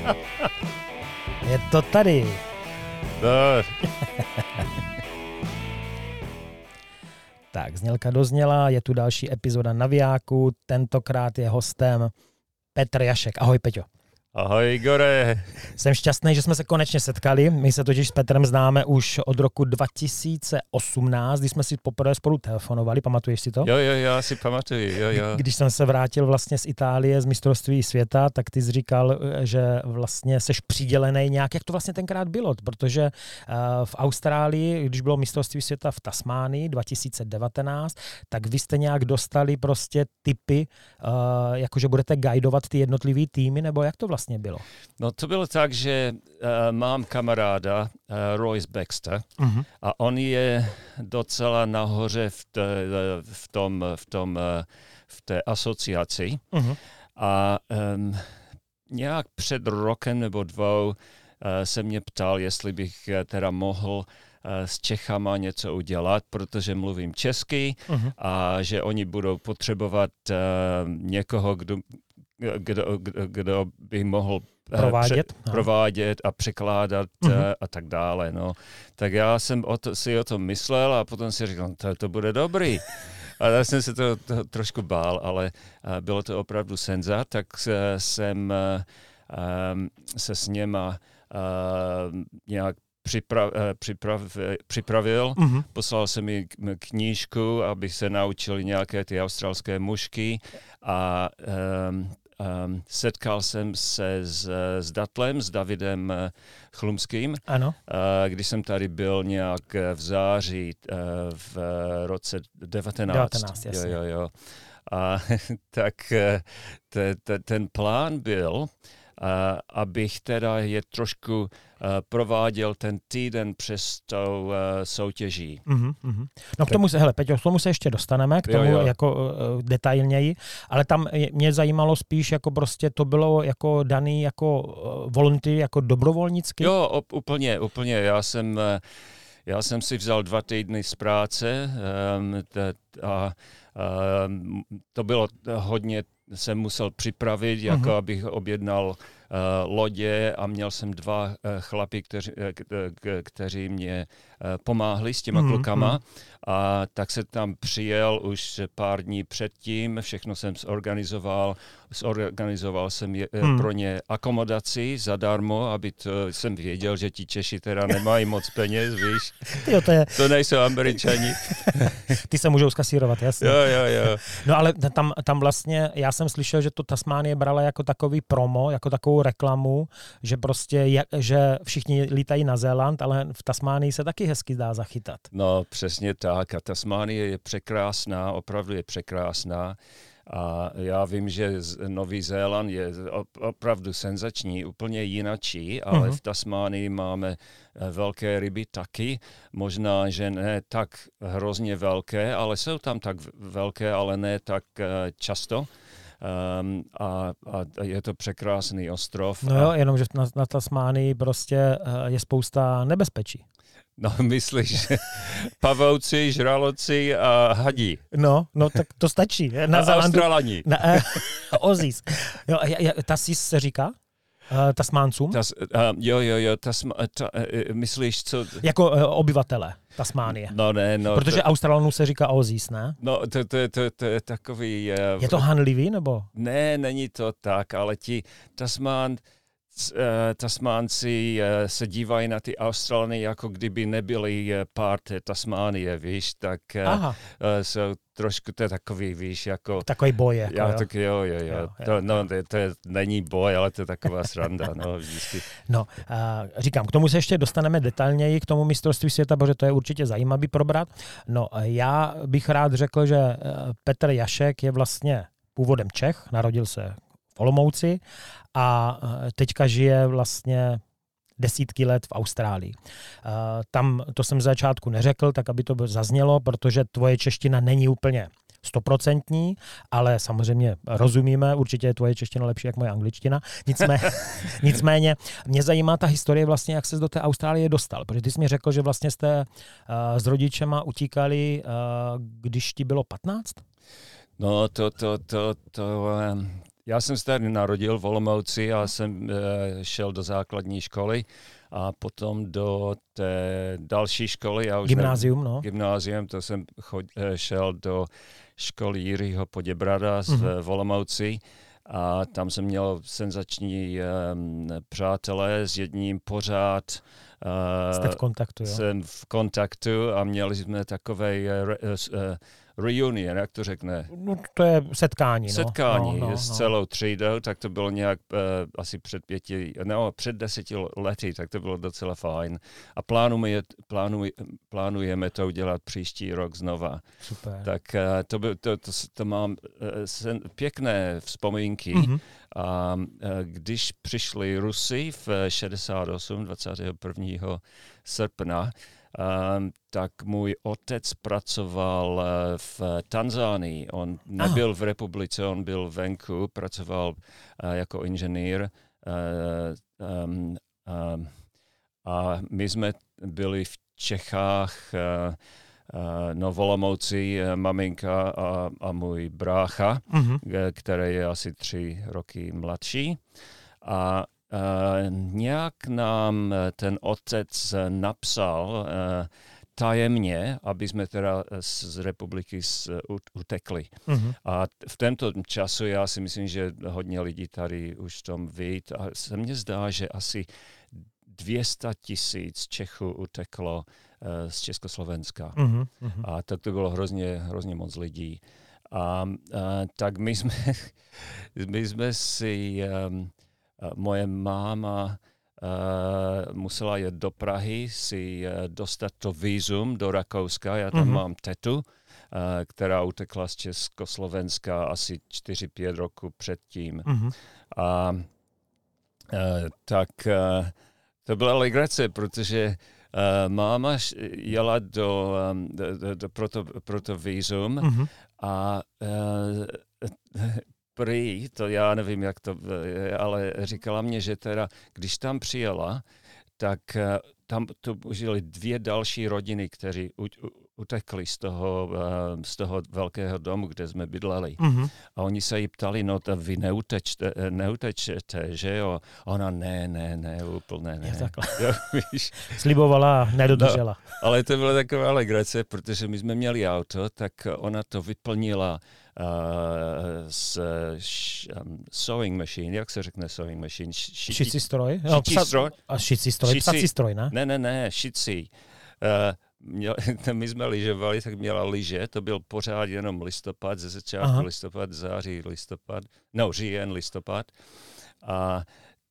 Je to tady. No. Tak, znělka dozněla, je tu další epizoda Navijáku, tentokrát je hostem Petr Jašek. Ahoj, Peťo. Ahoj, Igore. Jsem šťastný, že jsme se konečně setkali. My se totiž s Petrem známe už od roku 2018, kdy jsme si poprvé spolu telefonovali. Pamatuješ si to? Jo, já si pamatuju. Jo. Když jsem se vrátil vlastně z Itálie, z mistrovství světa, tak ty jsi říkal, že vlastně seš přidělený nějak. Jak to vlastně tenkrát bylo? Protože v Austrálii, když bylo mistrovství světa v Tasmánii 2019, tak vy jste nějak dostali prostě tipy, jakože budete guidovat ty jednotlivý týmy, nebo jak to vlastně bylo? No to bylo tak, že mám kamaráda Royce Baxter a on je docela nahoře v té asociaci a nějak před rokem nebo dvou se mě ptal, jestli bych teda mohl s Čechama něco udělat, protože mluvím česky a že oni budou potřebovat někoho, kdo by mohl provádět a překládat a tak dále. No. Tak já jsem si o tom myslel a potom si říkal, to bude dobrý. A já jsem se to trošku bál, ale bylo to opravdu senza, tak jsem se s něma nějak připravil. Poslal jsem mi knížku, aby se naučili nějaké ty australské mušky a setkal jsem se s Datlem, s Davidem Chlumským, ano. Když jsem tady byl nějak v září v roce 19. Jo. A tak ten plán byl, abych teda je trošku prováděl ten týden přes tou soutěží. No k tomu se, Peťo, k tomu se ještě dostaneme, k tomu jako detailněji, ale tam mě zajímalo spíš, jako prostě to bylo jako daný jako volunteer, jako dobrovolnický? Jo, úplně. Já jsem si vzal 2 týdny z práce a to bylo hodně, jsem musel připravit, jako abych objednal lodě a měl jsem 2 chlapy, kteří mě pomáhli s těma klukama a tak se tam přijel už pár dní předtím, všechno jsem zorganizoval jsem pro ně akomodaci zadarmo, aby jsem věděl, že ti Češi teda nemají moc peněz, víš. Jo, to nejsou Američani. Ty se můžou skasírovat, jasně. Jo. No ale tam vlastně, já jsem slyšel, že to Tasmánie brala jako takový promo, jako takovou reklamu, že prostě, že všichni lítají na Zéland, ale v Tasmánii se taky hezky dá zachytat. No, přesně tak. A Tasmánie je překrásná, opravdu je překrásná. A já vím, že Nový Zéland je opravdu senzační, úplně jinačí, ale v Tasmánii máme velké ryby taky. Možná, že ne tak hrozně velké, ale jsou tam tak velké, ale ne tak často. A je to překrásný ostrov. No jo, jenomže na Tasmánii prostě je spousta nebezpečí. No, myslíš, pavouci, žraloci a hadí. No, tak to stačí. Na Australani. Ozis. Jo, Tasis se říká? Tasmáncům? Jo, myslíš, co? Jako obyvatele Tasmánie. No ne. Protože Australanů se říká Ozis, ne? No, to je takový... Je to hanlivý, nebo? Ne, není to tak, ale ti Tasmánci se dívají na ty Australany, jako kdyby nebyli part Tasmánie, víš, tak jsou trošku, to je takový, víš, jako... Takový boj, jako, jo. Tak jo. To není boj, ale to je taková sranda, no, vždycky. No, říkám, k tomu se ještě dostaneme detailněji, k tomu mistrovství světa, protože to je určitě zajímavý probrat. No, já bych rád řekl, že Petr Jašek je vlastně původem Čech, narodil se v Olomouci a teďka žije vlastně desítky let v Austrálii. Tam, to jsem z začátku neřekl, tak aby to zaznělo, protože tvoje čeština není úplně 100%, ale samozřejmě rozumíme, určitě je tvoje čeština lepší jak moje angličtina. Nicméně mě zajímá ta historie vlastně, jak ses do té Austrálie dostal, protože ty jsi mi řekl, že vlastně jste s rodičema utíkali, když ti bylo 15? No, Já jsem se tady narodil v Olomouci a jsem šel do základní školy a potom do té další školy. Gymnázium, no. Gymnázium, to jsem šel do školy Jiřího Poděbrada v Olomouci. A tam jsem měl senzační přátelé, s jedním pořád jste v kontaktu, jo? Jsem v kontaktu a měli jsme takové reunion, jak to řekne? No, to je setkání. Setkání s celou třídou, tak to bylo nějak asi před 10 lety, tak to bylo docela fajn. A plánujeme to udělat příští rok znova. Super. Tak to mám pěkné vzpomínky. A když přišli Rusy v 68, 21. srpna, tak můj otec pracoval v Tanzánii. On nebyl v republice, on byl venku, pracoval jako inženýr. A my jsme byli v Čechách, v Olomouci, maminka a můj brácha, který je asi 3 roky mladší. A nějak nám ten otec napsal tajemně, aby jsme teda z republiky utekli. A v tomto času já si myslím, že hodně lidí tady už v tom ví. A se mně zdá, že asi 200 000 Čechů uteklo z Československa. A tak to bylo hrozně moc lidí. A tak my jsme si... Moje máma musela jet do Prahy si dostat to vízum do Rakouska. Já tam mám tetu, která utekla z Československa asi 4-5 roku předtím. A tak to byla legrace, protože máma jela pro to vízum a to já nevím, jak to, ale říkala mě, že teda, když tam přijela, tak tam to byly 2 další rodiny, kteří utekli z toho velkého domu, kde jsme bydleli. A oni se jí ptali, no to vy neutečete, že jo? Ona ne, úplně ne. Jo, slibovala a nedodržela. No, ale to byla taková legrace, protože my jsme měli auto, tak ona to vyplnila s sewing machine, jak se řekne sewing machine? Šicí stroj? A šicí stroj, psací stroj, ne? Ne, šicí. My jsme lyžovali, tak měla lyže, to byl pořád jenom listopad, ze začátku listopad, září, říjen, listopad. A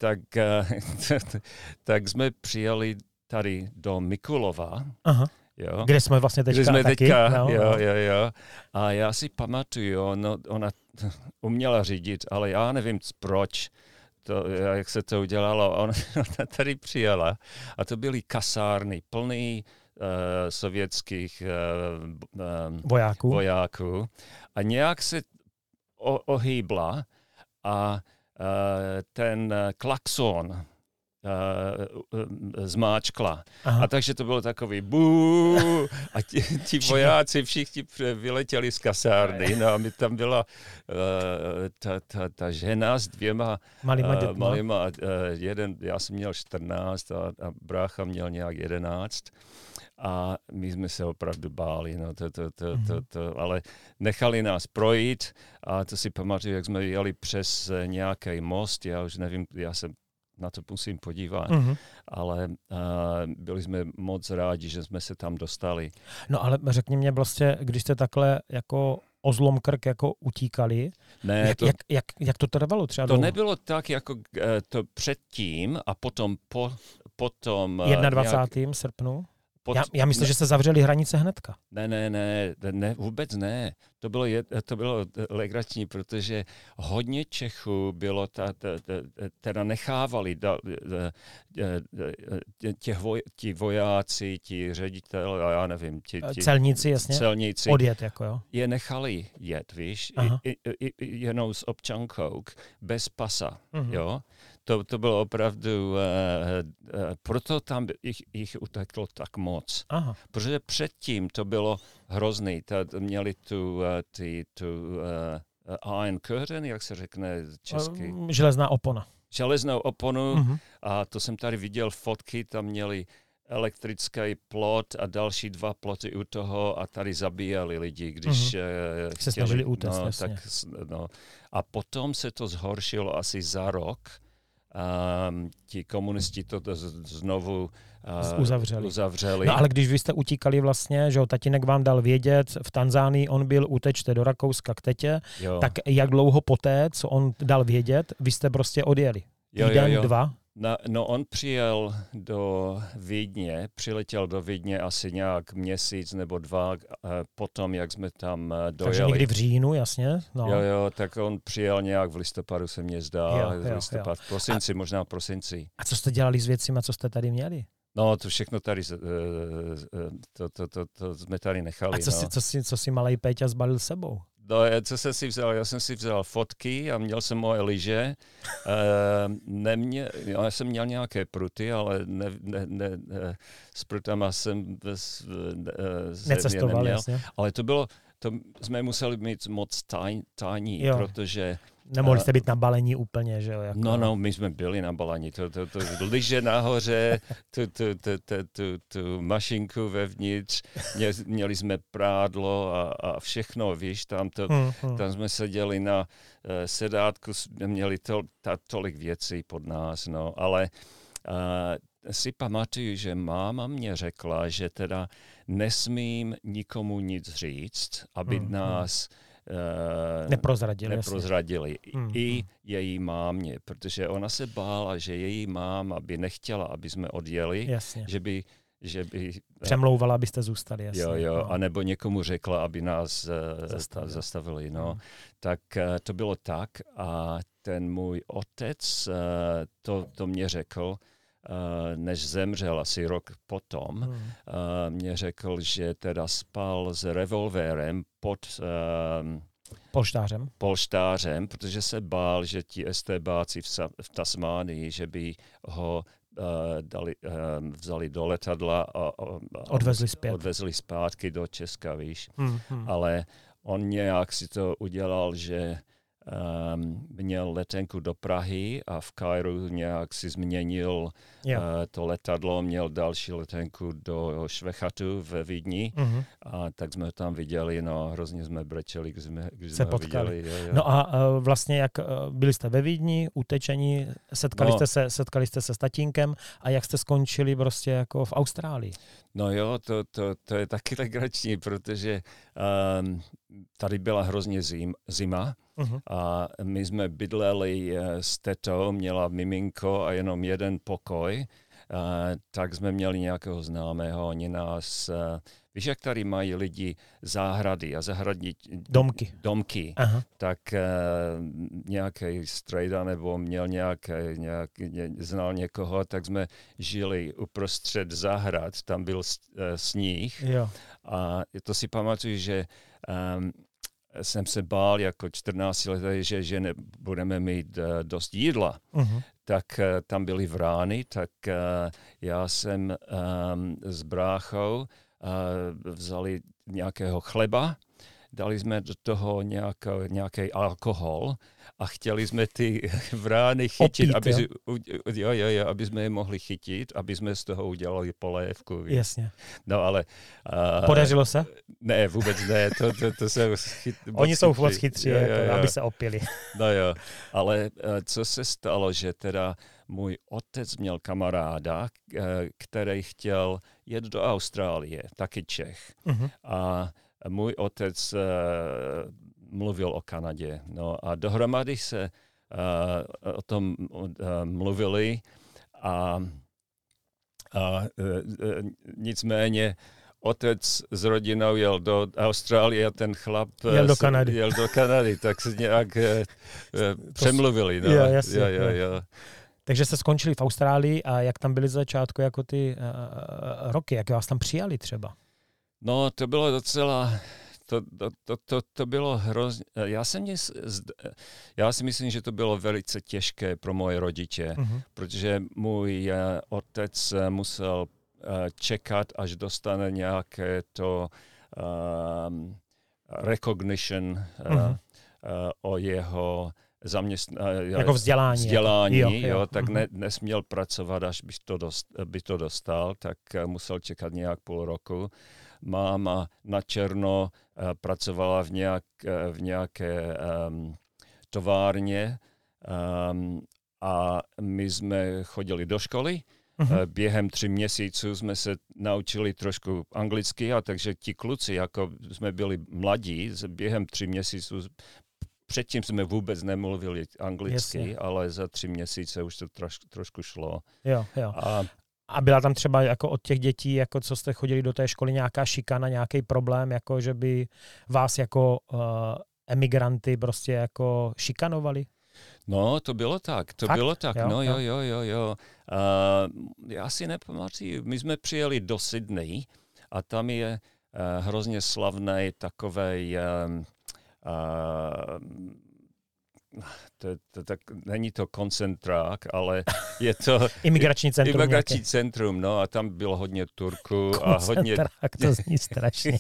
tak jsme přijeli tady do Mikulova. Jo. Kde jsme vlastně teďka taky. Jo. A já si pamatuju, ona uměla řídit, ale já nevím proč, jak se to udělalo. Ona tady přijela a to byly kasárny plný sovětských vojáků. A nějak se ohýbla a ten klakson zmáčkla. A takže to bylo takový bú a ti vojáci všichni vyletěli z kasárny. No a mi tam byla ta žena s 2 malýma jeden, já jsem měl 14 a brácha měl nějak 11. A my jsme se opravdu báli, ale nechali nás projít a to si pamatuju, jak jsme jeli přes nějaký most, já už nevím, já jsem na to musím podívat, ale byli jsme moc rádi, že jsme se tam dostali. No ale řekni mě vlastně, když jste takhle jako o zlom krk jako utíkali, jak to trvalo třeba? To nebylo tak jako to předtím a potom 21. srpnu? Já myslím, že se zavřeli hranice hnedka. Ne, vůbec ne. To bylo legrační, protože hodně Čechů bylo, teda nechávali ti vojáci, ti ředitelé, já nevím. Celníci, jasně. Celníci. Odjet, jako jo. Je nechali jet, víš, jenom s občankou, bez pasa, jo. To bylo opravdu, proto tam jich uteklo tak moc. Protože předtím to bylo hrozný. Měli tu Iron Curtain, jak se řekne česky? Železná opona. Železnou oponu a to jsem tady viděl fotky, tam měli elektrický plot a další 2 ploty u toho a tady zabíjeli lidi, když se snažili utéct. A potom se to zhoršilo asi za rok. Ti komunisti to znovu uzavřeli. No ale když vy jste utíkali vlastně, že tatínek vám dal vědět, v Tanzánii on byl, utečte do Rakouska k tetě, tak jak dlouho poté, co on dal vědět, vy jste prostě odjeli? Týden, 2? No on přijel do Vídně, přiletěl do Vídně asi nějak měsíc nebo 2 potom, jak jsme tam dojeli. Takže někdy v říjnu, jasně. No. Jo, tak on přijel nějak v listopadu, se mně zdá, v prosinci, možná v prosinci. A co jste dělali s věcima, co jste tady měli? No, to všechno tady, to jsme tady nechali. A co si malej Péťa zbalil sebou? No, co jsem si vzal? Já jsem si vzal fotky a měl jsem moje lyže. Já jsem měl nějaké pruty, ale s prutama jsem necestoval, jasně. Ale to jsme museli mít moc tajní, protože... Nemohli jste být na balení úplně, že jo? Jako... No, my jsme byli na balení. To lyže nahoře, tu mašinku vevnitř, měli jsme prádlo a všechno, víš, tam jsme seděli na sedátku, měli tolik věcí pod nás, no, ale si pamatuju, že máma mě řekla, že teda nesmím nikomu nic říct, aby nás neprozradili. I její mámě, protože ona se bála, že její máma by nechtěla, aby jsme odjeli, jasně. že by přemlouvala, abyste zůstali. Jasně. Jo, anebo někomu řekla, aby nás zastavili. No. Tak to bylo tak a ten můj otec to mě řekl, než zemřel asi rok potom, mě řekl, že teda spal s revolvérem pod polštářem, protože se bál, že ti estébáci v Tasmánii, že by ho vzali do letadla a odvezli zpátky do Česka, víš. Ale on nějak si to udělal, že měl letenku do Prahy a v Kairu nějak si změnil to letadlo, měl další letenku do Švechatu ve Vídni a tak jsme ho tam viděli, no hrozně jsme brečeli, když jsme ho viděli. Jo. No a vlastně jak byli jste ve Vídni, utečení, setkali jste se s tatínkem a jak jste skončili prostě jako v Austrálii? No jo, to je taky legrační, protože tady byla hrozně zima a my jsme bydleli s tetou, měla miminko a jenom jeden pokoj, tak jsme měli nějakého známého, oni nás, víš, jak tady mají lidi záhrady a zahradní domky. Tak nějaký strejda nebo měl znal někoho, tak jsme žili uprostřed zahrad, tam byl sníh. Jo. A to si pamatuju, že jsem se bál jako 14 letý, že nebudeme mít dost jídla. Tak tam byly vrány, tak já jsem s bráchou vzali nějakého chleba, dali jsme do toho nějaký alkohol a chtěli jsme ty vrány chytit, aby jsme je mohli chytit, aby jsme z toho udělali polévku. Jasně. No ale... Podařilo se? Ne, vůbec ne. To se Oni jsou moc chytří, aby se opili. No jo, ale co se stalo, že teda můj otec měl kamaráda, který chtěl jet do Austrálie, taky Čech. A můj otec mluvil o Kanadě. No a dohromady se o tom mluvili a nicméně otec s rodinou jel do Austrálie a ten chlap jel do Kanady, tak se nějak přemluvili. No. Jasně. Jo. Takže jste skončili v Austrálii a jak tam byly z začátku jako ty roky, jak vás tam přijali třeba? No, to bylo docela, to bylo hrozně, já si myslím, že to bylo velice těžké pro moje rodiče, protože můj otec musel čekat, až dostane nějaké to recognition o jeho jako vzdělání jo, tak nesměl pracovat, až by to dostal, tak musel čekat nějak půl roku. Máma na černo pracovala v nějaké továrně a my jsme chodili do školy. Během 3 měsíců jsme se naučili trošku anglicky, a takže ti kluci, jako jsme byli mladí, během 3 měsíců, předtím jsme vůbec nemluvili anglicky, jasně, ale za 3 měsíce už to trošku šlo. Jo. A byla tam třeba jako od těch dětí, jako co jste chodili do té školy, nějaká šikana, nějaký problém, jako že by vás jako emigranty prostě jako šikanovali? No, to bylo tak. Jo. Já si nepamatuju. My jsme přijeli do Sydney a tam je hrozně slavný takovej tak není to koncentrák, ale je to imigrační centrum, no, a tam bylo hodně Turků a hodně... to zní strašně.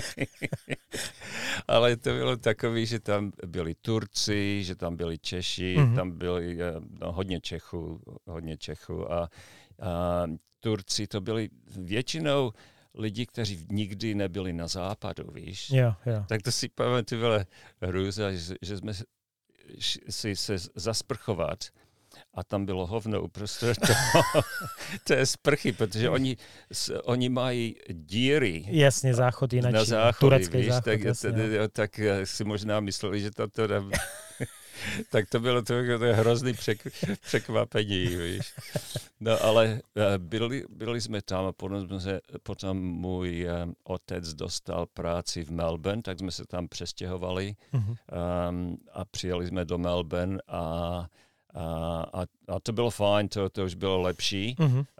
Ale to bylo takový, že tam byli Turci, že tam byli Češi, tam byli hodně Čechů a Turci to byli většinou lidi, kteří nikdy nebyli na západu, víš. Jo. Tak to si pamatuju, byla hrůza, že jsme si se zasprchovat a tam bylo hovno uprostřed té sprchy, protože oni mají díry. Jasně, záchod jinak. Na záchody, turecký víš, záchod, tak si možná mysleli, že to tak to bylo to hrozný překvapení, víš. No ale byli jsme tam a potom můj otec dostal práci v Melbourne, tak jsme se tam přestěhovali a přijeli jsme do Melbourne a to bylo fajn, to už bylo lepší.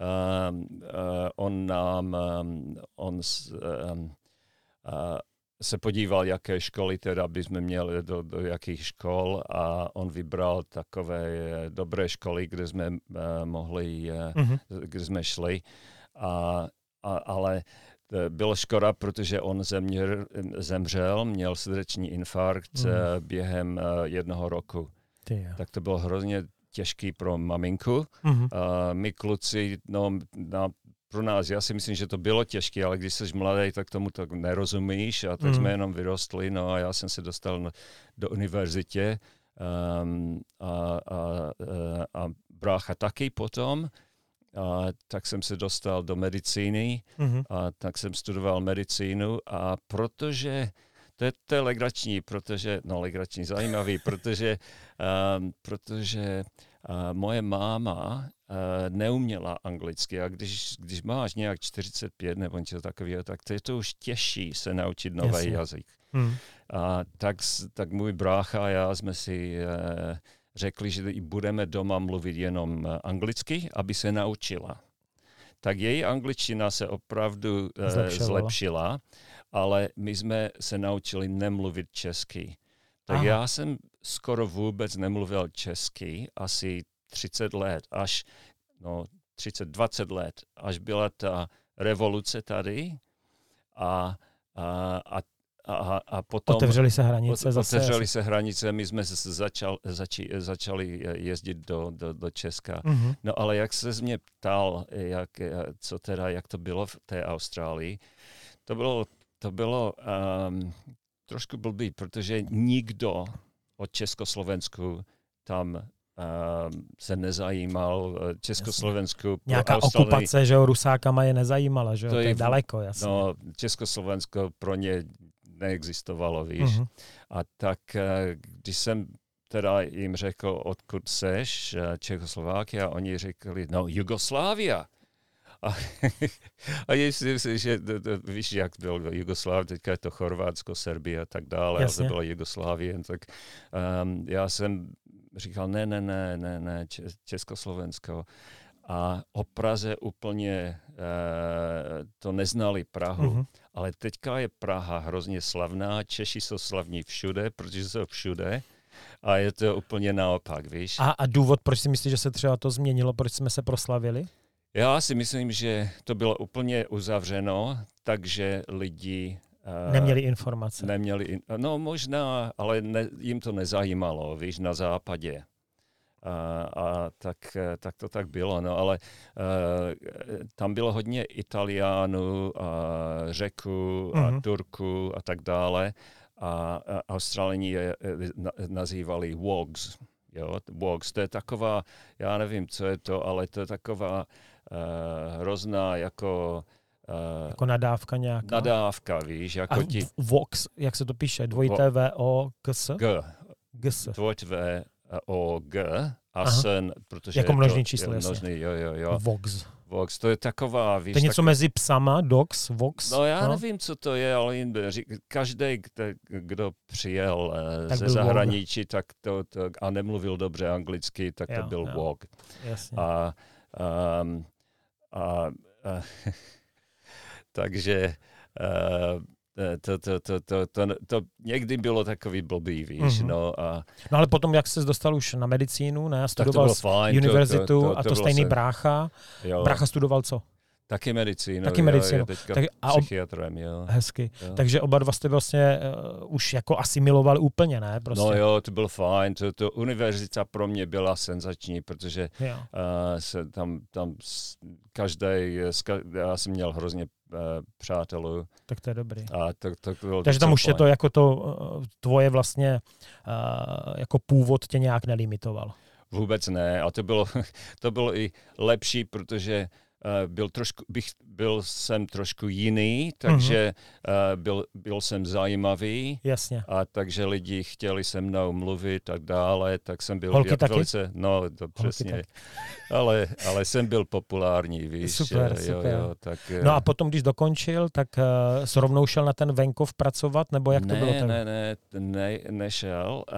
On se podíval, jaké školy teda by jsme měli, do jakých škol, a on vybral takové dobré školy, kde jsme mohli, kde jsme šli. Ale bylo škoda, protože on zemřel, měl srdeční infarkt během 1 roku. Tak to bylo hrozně těžký pro maminku. My kluci, pro nás, já si myslím, že to bylo těžké, ale když jsi mladý, tak tomu tak nerozumíš, a tak jsme jenom vyrostli, no a já jsem se dostal do univerzitě a brácha taky potom, tak jsem se dostal do medicíny a tak jsem studoval medicínu, a protože to je legrační, zajímavý, protože moje máma neuměla anglicky, a když máš nějak 45 nebo něco takového, tak to je to už těžší se naučit nový jazyk. A tak můj brácha a já jsme si řekli, že budeme doma mluvit jenom anglicky, aby se naučila. Tak její angličtina se opravdu zlepšila, ale my jsme se naučili nemluvit česky. Tak já jsem skoro vůbec nemluvil česky, asi 30 let, 20 let, až byla ta revoluce tady a potom... Otevřely se hranice zase. Otevřely se hranice, my jsme začali jezdit do Česka. No ale jak se mě ptal, jak to bylo v té Austrálii, to bylo trošku blbý, protože nikdo od Československu tam se nezajímal. Československu nějaká okupace, že Rusákama je nezajímala, že to je daleko, jasně. No, Československo pro ně neexistovalo, víš. A tak, když jsem teda jim řekl, odkud seš, Čechoslovákia, oni řekli, Jugoslávia. A jestli, že víš, jak byl Jugoslávie, teďka je to Chorvatsko, Serbie a tak dále, ale to byla Jugoslávie, tak já jsem říkal, ne, Československo. A o Praze úplně to neznali Prahu, ale teďka je Praha hrozně slavná, Češi jsou slavní všude, protože jsou všude. A je to úplně naopak, víš. A důvod, proč si myslíš, že se třeba to změnilo, proč jsme se proslavili? Já si myslím, že to bylo úplně uzavřeno, takže lidi Neměli informace. No možná, ale jim to nezajímalo, víš, na západě. A tak to tak bylo, no, ale tam bylo hodně Italiánů, Řeků a Turků a tak dále. A Australani je nazývali Wogs. Jo? Wogs, to je taková, já nevím, co je to, ale to je taková hrozná jako nadávka nějaká? Nadávka, víš. Jako a Vox, jak se to píše? Dvojité V-O-G-S? G. Dvojité V-O-G. A sen, protože jako množný číslo, jasně. Jo. Vox. Vox, to je taková, víš. To je něco mezi psama, dogs, Vox? No já nevím, co to je, ale každý, kdo přijel ze zahraničí, tak to a nemluvil dobře anglicky, tak to byl Vox. Jasně. Takže to někdy bylo takový blbý, víš, no. No ale potom, jak ses dostal už na medicínu, ne? Studoval univerzitu a to stejný brácha. Jo. Brácha studoval co? Taky medicínu. Je teďka psychiatrem, jo. Hezky. Jo. Takže oba dva jste vlastně už jako asimilovali úplně, ne? Prostě. No jo, to bylo fajn. To univerzita pro mě byla senzační, protože se tam já jsem měl hrozně přátelů. Tak to je dobrý. Takže tam už je to jako to tvoje vlastně jako původ tě nějak nelimitoval. Vůbec ne. A to bylo i lepší, protože byl jsem trošku jiný, takže byl jsem zajímavý. Jasně. A takže lidi chtěli se mnou mluvit a dále, tak jsem byl Holky taky? velice, no to přesně, ale jsem byl populární, víš. Super. Jo, tak, no a potom, když dokončil, tak rovnou šel na ten venkov pracovat, nebo jak to bylo? Nešel.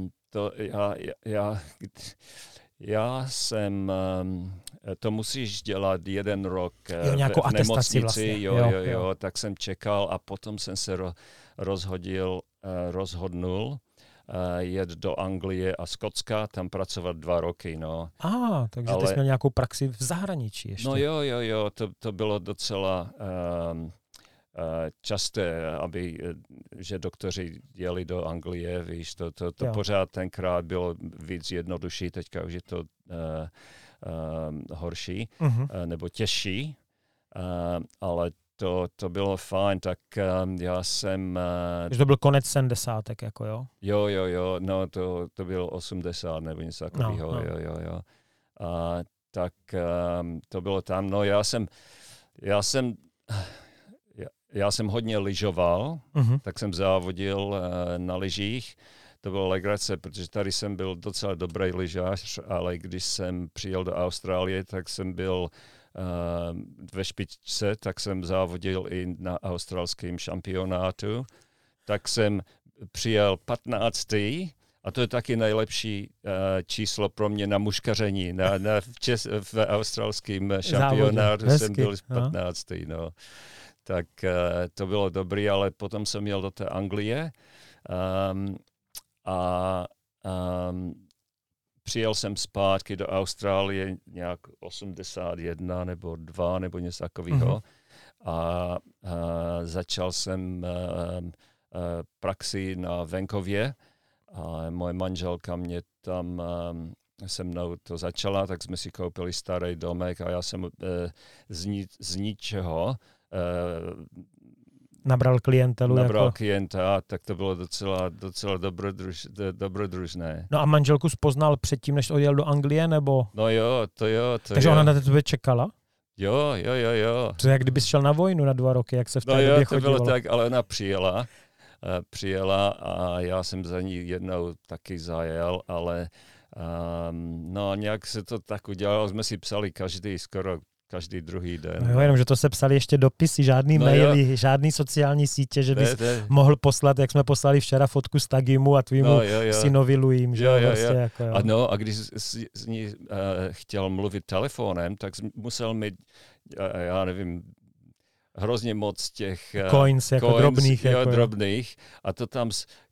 Já jsem, to musíš dělat 1 rok v nemocnici, vlastně. Jo, tak jsem čekal a potom jsem se rozhodnul jet do Anglie a Skotska, tam pracovat 2 roky, no. Takže ty jsi měl nějakou praxi v zahraničí ještě. No jo, to bylo docela časté, že doktoři jeli do Anglie, víš, to pořád tenkrát bylo víc jednodušší, teďka už je to horší, nebo těžší, ale to bylo fajn, tak já jsem... To byl konec 70, jako jo? Jo, no to bylo 80 nebo něco takového, jo. Tak to bylo tam, no já jsem hodně lyžoval, tak jsem závodil na lyžích. To bylo legrace, protože tady jsem byl docela dobrý lyžař, ale když jsem přijel do Austrálie, tak jsem byl ve špičce, tak jsem závodil i na australském šampionátu. Tak jsem přijel 15. A to je taky nejlepší číslo pro mě na muškaření. V australském šampionátu jsem byl 15. No. Tak to bylo dobrý, ale potom jsem jel do té Anglie a přijel jsem zpátky do Austrálie nějak 81 nebo 2 nebo něco takového a začal jsem praxi na venkově a moje manželka mě tam se mnou to začala, tak jsme si koupili starý domek a já jsem z ničeho nabral klienta, tak to bylo docela dobrodružné. No a manželku spoznal předtím, než odjel do Anglie, nebo? No jo, to Takže ona na tebe čekala? Jo. To je, jak kdybys šel na vojnu na 2 roky, jak se v té době chodilo. To bylo tak, ale ona přijela a já jsem za ní jednou taky zajel, ale nějak se to tak udělalo, jsme si psali skoro každý druhý den. No jo, jenom, že to se psali ještě dopisy, žádný maily, žádný sociální sítě, že bys mohl poslat, jak jsme poslali včera fotku z Tagimu a tvýmu synovi Louim, že vlastně jako jo. A když s ní chtěl mluvit telefonem, tak musel mít, já nevím, hrozně moc těch coins jako drobných. Drobných. A to tam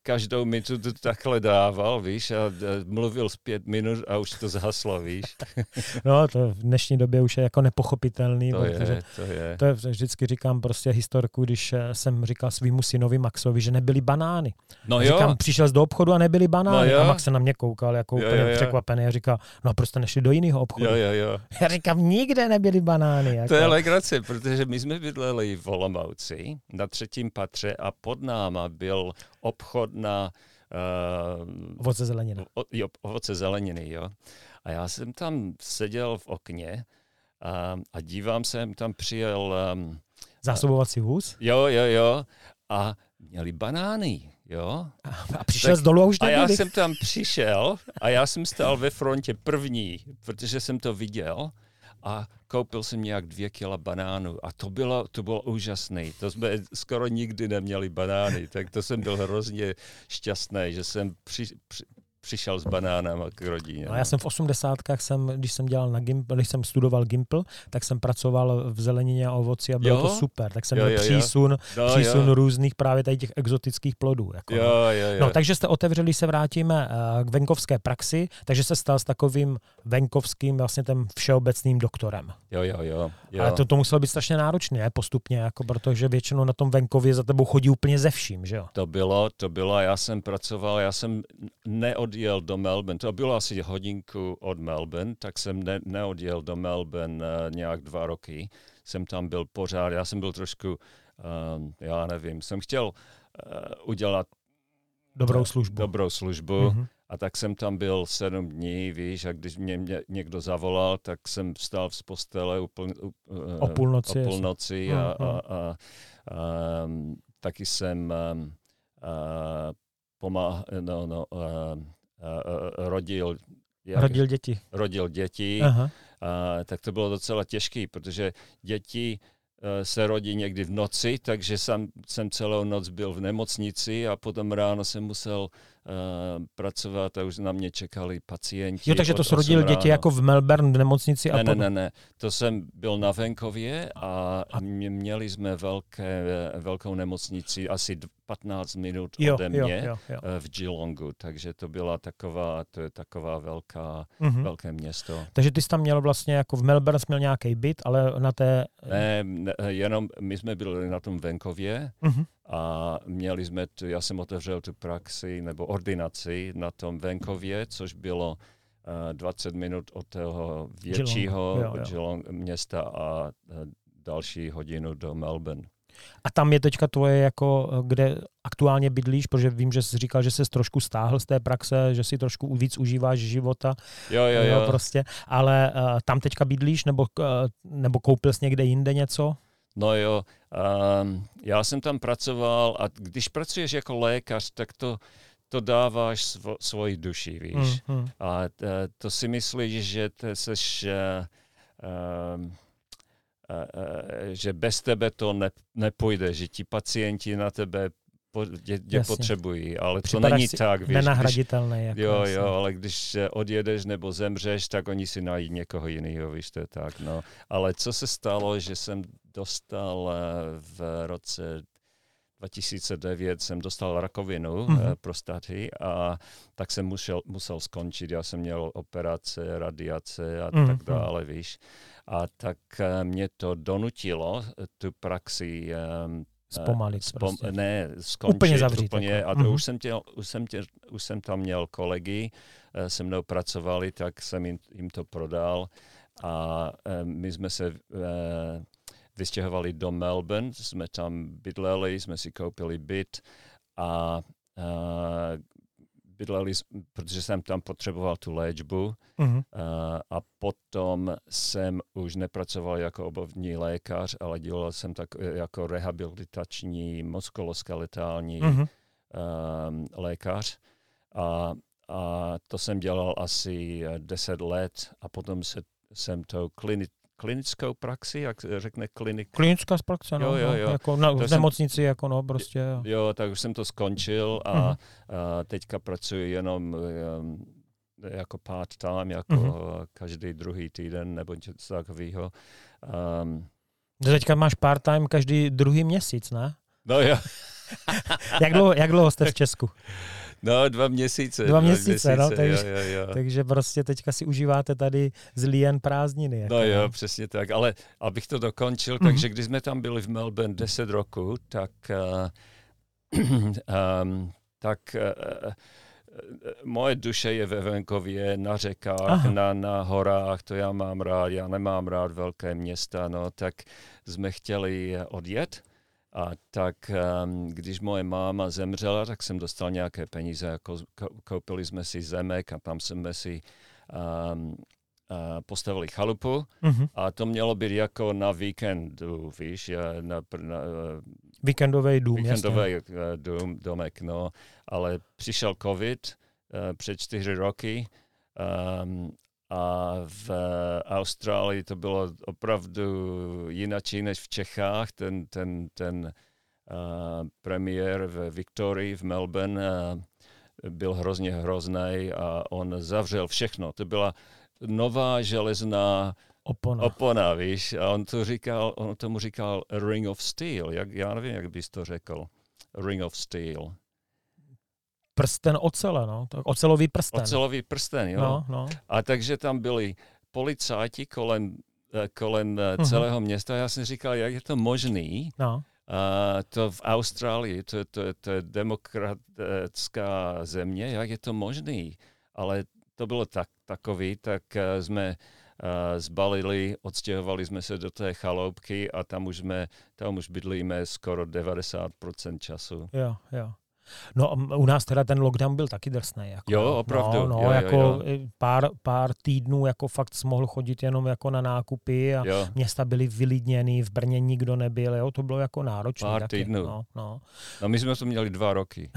každou minutu takhle dával, víš, a mluvil 5 minut a už to zhaslo, víš. No, to v dnešní době už je jako nepochopitelný, to to je, vždycky říkám prostě historku, když jsem říkal svýmu synovi Maxovi, že nebyly banány. No říkám, přišel jsi do obchodu a nebyly banány. No a Max se na mě koukal jako úplně překvapený a říkal, no prostě nešli do jiného obchodu. Jo. Já říkám, nikde nebyly banány. Jako. To je legrace, protože my jsme bydleli v Olomouci na 3. patře a pod náma byl obchod na ovoce zelenina. Ovoce zeleniny, jo. A já jsem tam seděl v okně a dívám se, tam přijel zásobovací vůz? Jo. A měli banány, jo. A přišel z dolu a už nebyli. A já jsem tam přišel a já jsem stál ve frontě první, protože jsem to viděl. A koupil jsem nějak 2 kila banánů a to bylo úžasné. To jsme skoro nikdy neměli banány, tak to jsem byl hrozně šťastný, že jsem přišel s banánama k rodině. No, já jsem v 80kách, když jsem dělal když jsem studoval Gimpl, tak jsem pracoval v zelenině a ovoci a bylo to super. Tak jsem měl přísun různých právě tady těch exotických plodů. Jako, No, takže jste otevřeli, se vrátíme k venkovské praxi, takže se stal s takovým venkovským vlastně tím všeobecným doktorem. Jo. Ale to muselo být strašně náročné, postupně, jako, protože většinou na tom venkově za tebou chodí úplně ze vším, že jo? To bylo, já jsem neodjel do Melbourne, to bylo asi hodinku od Melbourne, tak jsem neodjel do Melbourne nějak 2 roky. Jsem tam byl pořád, já jsem byl trošku, já nevím, jsem chtěl udělat dobrou službu. A tak jsem tam byl 7 dní, víš, a když mě někdo zavolal, tak jsem vstal z postele o půlnoci a taky jsem rodil děti. Tak to bylo docela těžké, protože děti se rodí někdy v noci, takže jsem celou noc byl v nemocnici a potom ráno jsem musel pracovat a už na mě čekali pacienti. Jo, takže to se rodil děti jako v Melbourne v nemocnici? Ne. To jsem byl na venkově a měli jsme velkou nemocnici, asi 15 minut ode mě v Geelongu, takže to byla taková velké město. Takže ty jsi tam měl vlastně, jako v Melbourne jsi měl nějaký byt, ale na té... Ne, jenom my jsme byli na tom venkově a měli jsme já jsem otevřel tu praxi nebo ordinaci na tom venkově, což bylo 20 minut od toho většího města a další hodinu do Melbourne. A tam je teďka tvoje, jako, kde aktuálně bydlíš, protože vím, že jsi říkal, že jsi trošku stáhl z té praxe, že si trošku víc užíváš života. Jo. Prostě. Ale tam teďka bydlíš, nebo koupil jsi někde jinde něco? No jo, já jsem tam pracoval a když pracuješ jako lékař, tak to dáváš svoji duši, víš. A to si myslíš, že že bez tebe to nepůjde, že ti pacienti na tebe tě potřebují, ale to není tak. Víš, nenahraditelné. Jako ale když odjedeš nebo zemřeš, tak oni si najdí někoho jiného, víš, to je tak. No. Ale co se stalo, že jsem dostal v roce 2009 jsem dostal rakovinu prostaty a tak jsem musel skončit. Já jsem měl operace, radiace a tak dále, víš. A tak mě to donutilo tu praxi zpomalit. Skončit. Úplně zavřít. A to už jsem tam měl kolegy, se mnou pracovali, tak jsem jim to prodal a my jsme se vystěhovali do Melbourne, jsme tam bydleli, jsme si koupili byt a bydleli, protože jsem tam potřeboval tu léčbu a potom jsem už nepracoval jako obvodní lékař, ale dělal jsem tak jako rehabilitační muskuloskeletální lékař a to jsem dělal asi 10 let a potom jsem to klinickou praxi, jak řekne klinik. Klinická praxe, no. Jo. Jako v nemocnici, jako no, prostě. Jo, tak už jsem to skončil a teďka pracuji jenom jako part-time, jako každý druhý týden nebo něco takového. Teďka máš part-time každý druhý měsíc, ne? No jo. Jak dlouho jste v Česku? No, 2 měsíce. 2 měsíce, no, takže, jo. Takže prostě teďka si užíváte tady z Lien prázdniny. Jako, no jo, přesně tak, ale abych to dokončil, takže když jsme tam byli v Melbourne 10 roku, tak moje duše je ve venkově, na řekách, na horách, to já mám rád, já nemám rád velké města, no, tak jsme chtěli odjet. A tak když moje máma zemřela, tak jsem dostal nějaké peníze, jako koupili jsme si zemek a tam jsme si postavili chalupu a to mělo být jako na víkendu, víš, víkendový dům, domek, no, ale přišel covid před 4 roky a v Austrálii to bylo opravdu jinačí než v Čechách. Ten premiér v Victorii v Melbourne byl hrozný a on zavřel všechno. To byla nová železná opona, víš. A on tomu říkal Ring of Steel. Já nevím, jak bys to řekl. Ring of Steel. Prsten ocele, no. Ocelový prsten. Ocelový prsten, jo. No. A takže tam byli policajti kolem celého města. Já jsem říkal, jak je to možný. No. To v Austrálii, to je demokratická země, jak je to možný. Ale to bylo takový, tak jsme zbalili, odstěhovali jsme se do té chaloupky a tam už bydlíme skoro 90% času. Jo. No u nás teda ten lockdown byl taky drsný. Jako, jo, opravdu. Jo, jako pár týdnů jako fakt mohl chodit jenom jako na nákupy a města byly vylidněný, v Brně nikdo nebyl, jo, to bylo jako náročné. Pár týdnů. No, my jsme to měli 2 roky.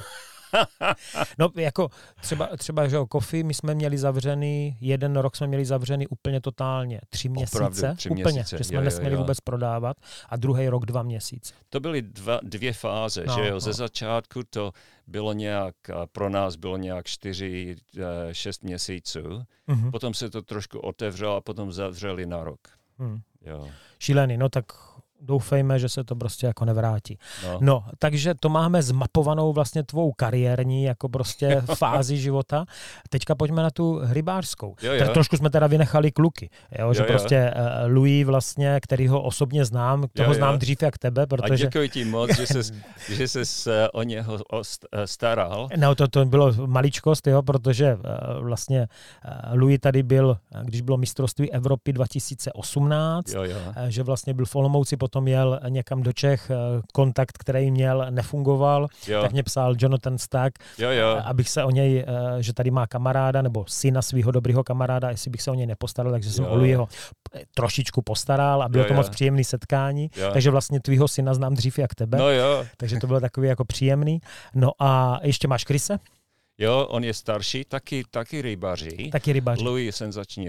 No jako třeba že Coffee, my jsme měli zavřený, 1 rok jsme měli zavřený úplně totálně, 3 měsíce. Opravdu, 3 úplně, měsíce. Že jsme nesměli vůbec prodávat a druhý rok 2 měsíce. To byly 2 fáze, že jo. Ze začátku to bylo nějak, pro nás bylo nějak 4-6 měsíců, potom se to trošku otevřelo a potom zavřeli na rok. Jo. Šílený, no tak doufejme, že se to prostě jako nevrátí. No, takže to máme zmapovanou vlastně tvou kariérní jako prostě fázi života. Teďka pojďme na tu rybářskou. Tak trošku jsme teda vynechali kluky. Že prostě Louis vlastně, který ho osobně znám, toho znám dřív jak tebe, protože... A děkuji ti moc, že ses o něho staral. No, to bylo maličkost, protože vlastně Louis tady byl, když bylo mistrovství Evropy 2018, že vlastně byl v Olomouci, potom jel někam do Čech, kontakt, který měl, nefungoval, tak mě psal Jonathan Stack, abych se o něj, že tady má kamaráda, nebo syna svého dobrýho kamaráda, jestli bych se o něj nepostaral, takže jsem o Louisho trošičku postaral a bylo to moc příjemné setkání, takže vlastně tvýho syna znám dřív jak tebe, takže to bylo takový jako příjemný. No a ještě máš Krise? Jo, on je starší, taky rybáři. Louis je senzační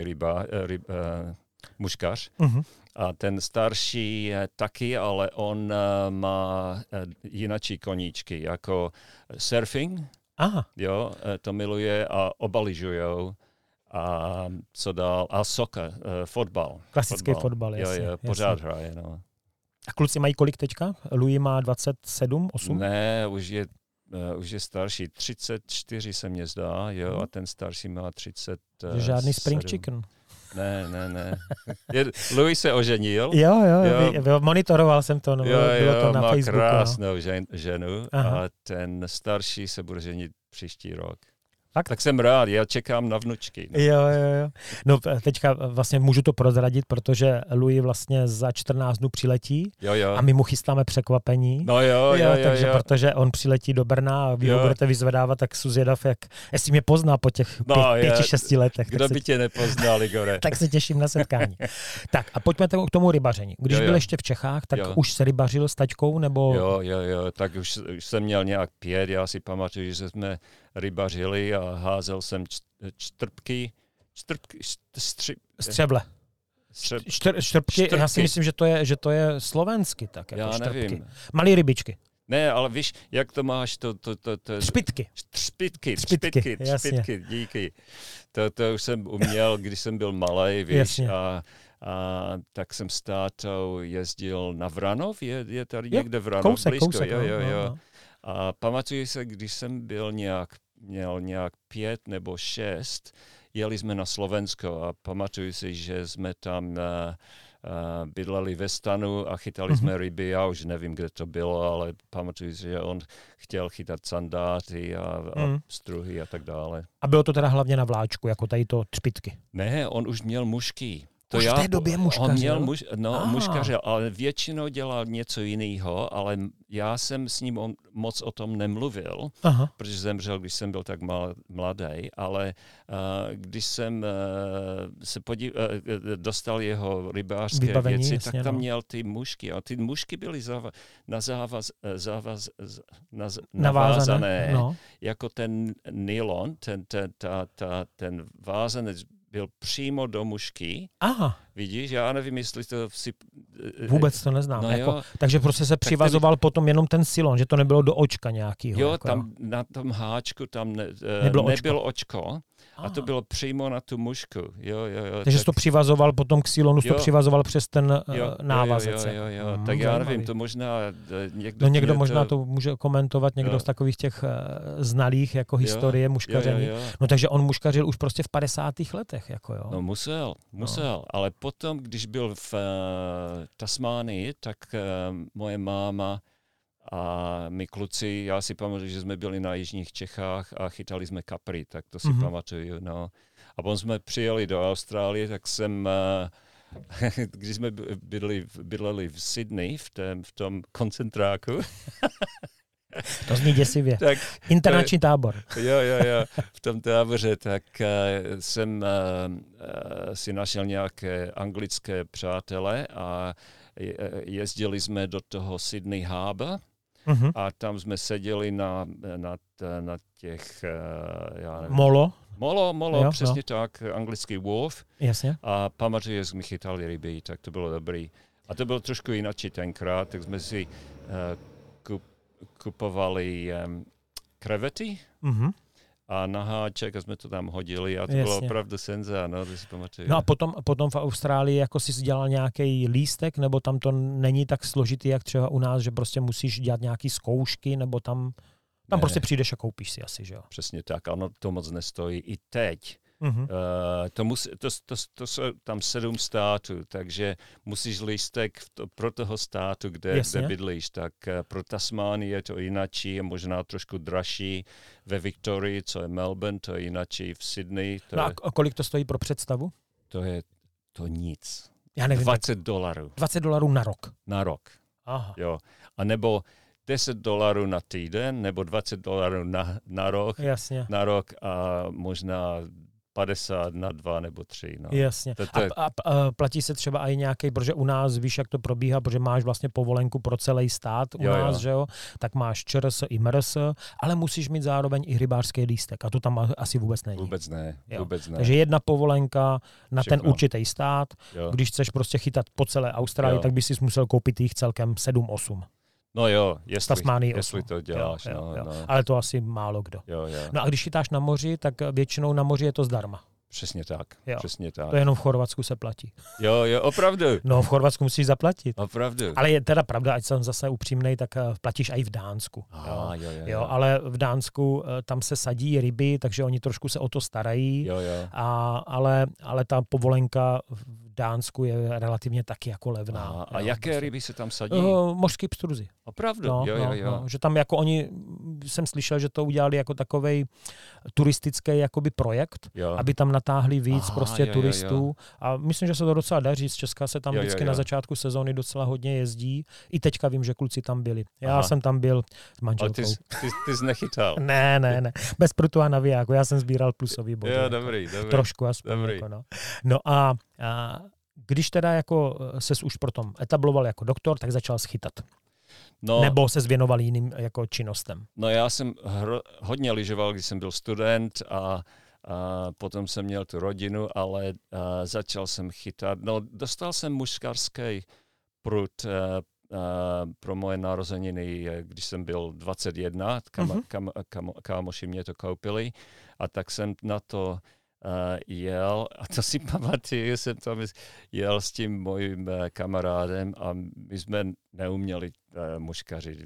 muškař. A ten starší taky, ale on má jinačí koníčky, jako surfing. Aha. Jo, to miluje a obaližujou. A co dál? A soccer, fotbal. Klasický fotbal, jasně. Jo, pořád hraje, no. A kluci mají kolik teďka? Louis má 27, 8? Ne, už je starší, 34 se mně zdá, jo, a ten starší má 30. Žádný spring chicken. Ne. Louis se oženil. Jo, monitoroval jsem to, bylo to na má Facebooku. Má krásnou ženu a ten starší se bude ženit příští rok. Tak jsem rád, já čekám na vnučky. No. Jo. No teďka vlastně můžu to prozradit, protože Louis vlastně za 14 dnů přiletí a my mu chystáme překvapení. No jo. Takže protože on přiletí do Brna a vy ho budete vyzvedávat, tak jsou zvědav, jestli mě pozná po těch 5-6 letech. Kdo by tě nepoznal, Igore? Tak se těším na setkání. Tak a pojďme k tomu rybaření. Když byl ještě v Čechách, tak už se rybařil s taťkou, nebo? Jo, tak už jsem měl nějak 5, já si pamatuju, že jsme rybařili a házel jsem střeble. Štrbky, já si myslím, že to je slovensky. Tak jako já nevím. Malý rybičky. Ne, ale víš, jak to máš, to... Třpitky, díky. To už jsem uměl, když jsem byl malej, víš, A tak jsem s tátou jezdil na Vranov, je tady někde Vranov, blízko. Kousek, jo. A pamatuju se, když jsem měl nějak 5 nebo 6, jeli jsme na Slovensko a pamatuju si, že jsme tam bydleli ve stanu a chytali jsme ryby. Já už nevím, kde to bylo, ale pamatuju si, že on chtěl chytat sandáty a struhy a tak dále. A bylo to teda hlavně na vláčku, jako tady to třpytky? Ne, on už měl mušky. To už v té době muškařil? On měl muškařil, ale většinou dělal něco jiného, ale já jsem s ním moc o tom nemluvil, protože zemřel, když jsem byl tak mladý, ale když jsem se dostal jeho rybářské vybavení, věci, jasně, tak tam měl ty mušky. A ty mušky byly navázané jako ten nylon, ten vázenec byl přímo do mušky. Aha. Vidíš, já nevím, jestli to si... Vůbec to neznám. No jako, takže prostě se přivazoval potom jenom ten silon, že to nebylo do očka nějakýho. Jo, jako, tam na tom háčku tam nebylo očko. A to bylo přímo na tu mušku. Jo, takže jsi to přivazoval potom k silonu, to přivazoval přes ten návazec. Jo. Tak já nevím, to možná někdo... někdo možná to může komentovat, někdo z takových těch znalých jako historie muškaření. No takže on muškařil už prostě v 50. letech. Jako, jo. No musel. Ale potom, když byl v Tasmánii, tak moje máma a my kluci, já si pamatuju, že jsme byli na jižních Čechách a chytali jsme kapry, tak to si pamatuju. No. A potom jsme přijeli do Austrálie, tak jsem, když jsme bydleli v Sydney, v tom koncentráku. To zní děsivě. Internační tábor. Jo. V tom táboře, tak jsem si našel nějaké anglické přátele a jezdili jsme do toho Sydney Harbour a tam jsme seděli na těch... já nevím, Molo, přesně tak, anglický wharf. Jasně. A pamatuju, že jsme chytali ryby, tak to bylo dobrý. A to bylo trošku jinak tenkrát, tak jsme si kupovali krevety a na háček a jsme to tam hodili a to bylo opravdu senza, no, to si pamatuju. No a potom v Austrálii jako jsi dělal nějaký lístek, nebo tam to není tak složitý, jak třeba u nás, že prostě musíš dělat nějaký zkoušky, nebo tam přijdeš a koupíš si asi, že jo? Přesně tak, ano, to moc nestojí i teď. To jsou tam 7 států, takže musíš lístek pro toho státu, kde bydlíš. Tak pro Tasmánii je to jinačí, je možná trošku dražší. Ve Victorii, co je Melbourne, to je jinačí. V Sydney. A kolik to stojí pro představu? To nic. Já nevím. $20. $20 na rok? Na rok. Aha. Jo. A nebo $10 na týden, nebo $20 na rok. Jasně. Na rok a možná 50 na 2 nebo 3. No. Jasně. A platí se třeba i nějaký, protože u nás víš, jak to probíhá, protože máš vlastně povolenku pro celý stát u nás, že jo? Tak máš ČRS i MRS, ale musíš mít zároveň i rybářský lístek a to tam asi vůbec není. Vůbec ne. Takže jedna povolenka na ten určitý stát. Jo. Když chceš prostě chytat po celé Austrálii, tak bys si musel koupit jich celkem 7-8. No jo, jestli to děláš. Jo. Ale to asi málo kdo. Jo. No a když chytáš na moři, tak většinou na moři je to zdarma. Přesně tak. To jenom v Chorvatsku se platí. Jo, opravdu. No, v Chorvatsku musíš zaplatit. Opravdu. Ale je teda pravda, ať jsem zase upřímnej, tak platíš i v Dánsku. Jo, ale v Dánsku tam se sadí ryby, takže oni trošku se o to starají. Ale ta povolenka v Dánsku je relativně taky jako levná. A jaké ryby se tam sadí? Mořský pstruzy. Opravdu? Jo. Že tam jako oni, jsem slyšel, že to udělali jako takovej turistický jakoby projekt, aby tam natáhli víc turistů. A myslím, že se to docela daří. Z Česka se tam vždycky na začátku sezóny docela hodně jezdí. I teďka vím, že kluci tam byli. Já jsem tam byl s manželkou. Ty jsi nechytal? Ne. Bez prutu a navijáku. Já jsem sbíral plusový body. Jo, dobrý. Trošku aspoň. Jako, no a když teda jako ses už potom etabloval jako doktor, tak začal schytat. No, nebo se věnoval jiným jako činnostem? No já jsem hodně lyžoval, když jsem byl student a potom jsem měl tu rodinu, ale začal jsem chytat. No, dostal jsem muškařský prut pro moje narozeniny, když jsem byl 21, kámoši mě to koupili a tak jsem na to jel, a to si pamatuju, jsem tam jel s tím mojím kamarádem a my jsme neuměli muškařit.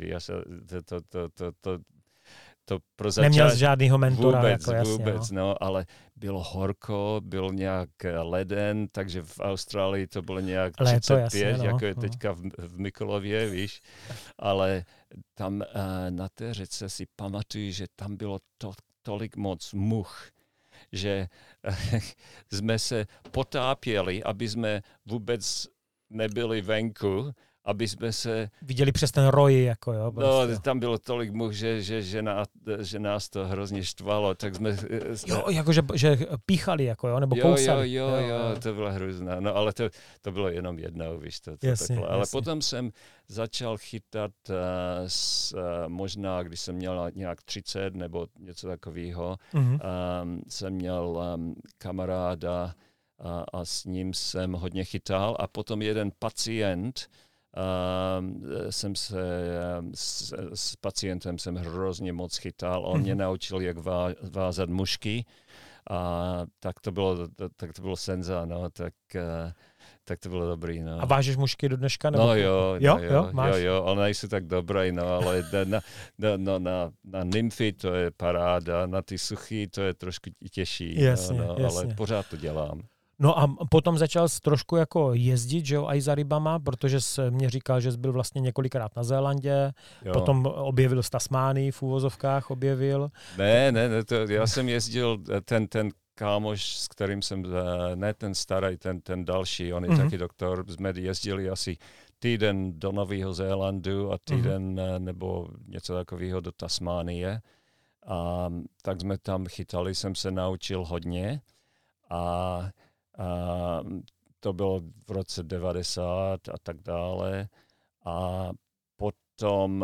To pro začátek neměl žádnýho mentora. Vůbec, jako jasně, vůbec, no, ale bylo horko, byl nějak leden, takže v Austrálii to bylo nějak 35, jasně, jako je teďka v Mikulově, víš, ale tam na té řece si pamatuju, že tam bylo tolik moc much, že jsme se potápěli, aby jsme vůbec nebyli venku, aby jsme se... Viděli přes ten roj, jako jo. Prostě. No, tam bylo tolik much, že nás to hrozně štvalo, tak jsme... Jo, jakože že píchali, jako jo, nebo kousali. Jo, to bylo hrozné. No, ale to bylo jenom jednou, víš, to jasně, takhle. Ale potom jsem začal chytat, možná, když jsem měl nějak 30 nebo něco takového, jsem měl kamaráda a s ním jsem hodně chytal a potom jeden pacient, jsem se s pacientem jsem hrozně moc chytal. On mě naučil, jak vázat mušky a tak to bylo senza, no, tak to bylo dobrý, no. A vážeš mušky do dneška? Nebo... No jo, ale nejsou tak dobré, no, ale na nymfy to je paráda, na ty suchy to je trošku těžší, jasně, no, jasně. Ale pořád to dělám. No a potom začal jsi trošku jako jezdit, že jo, aj za rybama, protože jsi mě říkal, že jsi byl vlastně několikrát na Zélandě, potom objevil z Tasmánii v úvozovkách, objevil. Ne, já jsem jezdil, ten kámoš, s kterým jsem, ne ten starý, ten další, on je taky doktor, jsme jezdili asi týden do Nového Zélandu a týden nebo něco takového do Tasmánie. A tak jsme tam chytali, jsem se naučil hodně a to bylo v roce 90 a tak dále. A potom,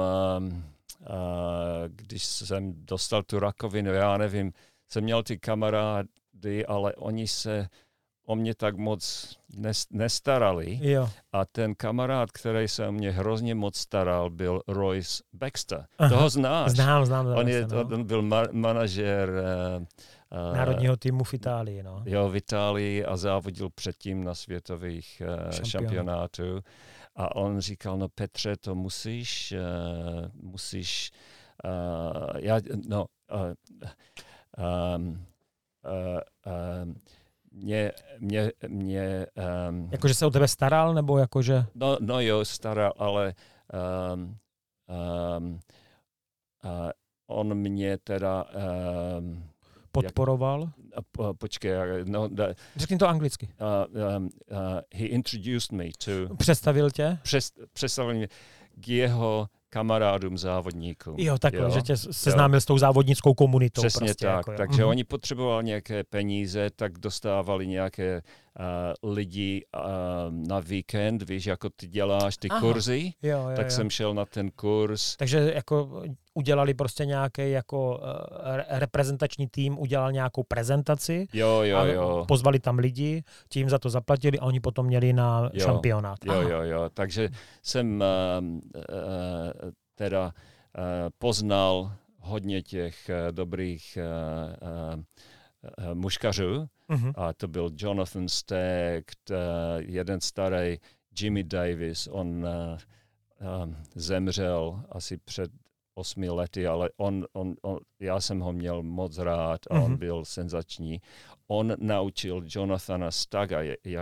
když jsem dostal tu rakovinu, já nevím, jsem měl ty kamarády, ale oni se o mě tak moc nestarali. Jo. A ten kamarád, který se o mě hrozně moc staral, byl Royce Baxter. Aha. Toho znáš? Znám. On byl manažer národního týmu v Itálii, no. Jo, v Itálii a závodil předtím na světových šampionátů. A on říkal, no Petře, to musíš jakože se o tebe staral, nebo jakože... No jo, staral, ale on mě teda... podporoval? Počkej, no... Řekni to anglicky. He introduced me to... Představil tě? Představil mě k jeho kamarádům závodníkům. Jo, takhle, že tě seznámil s tou závodnickou komunitou. Přesně prostě, tak. Jako, takže oni potřebovali nějaké peníze, tak dostávali nějaké lidi na víkend, víš, jako ty děláš ty kurzy, tak jsem šel na ten kurz. Takže jako udělali prostě nějaký jako reprezentační tým, udělal nějakou prezentaci. Jo. Pozvali tam lidi, ti jim za to zaplatili a oni potom měli na šampionát. Jo. Takže jsem teda poznal hodně těch dobrých muškařů. A to byl Jonathan Stack, jeden starý Jimmy Davis, on zemřel asi před 8 lety, ale já jsem ho měl moc rád a on byl senzační. On naučil Jonathana Stagga,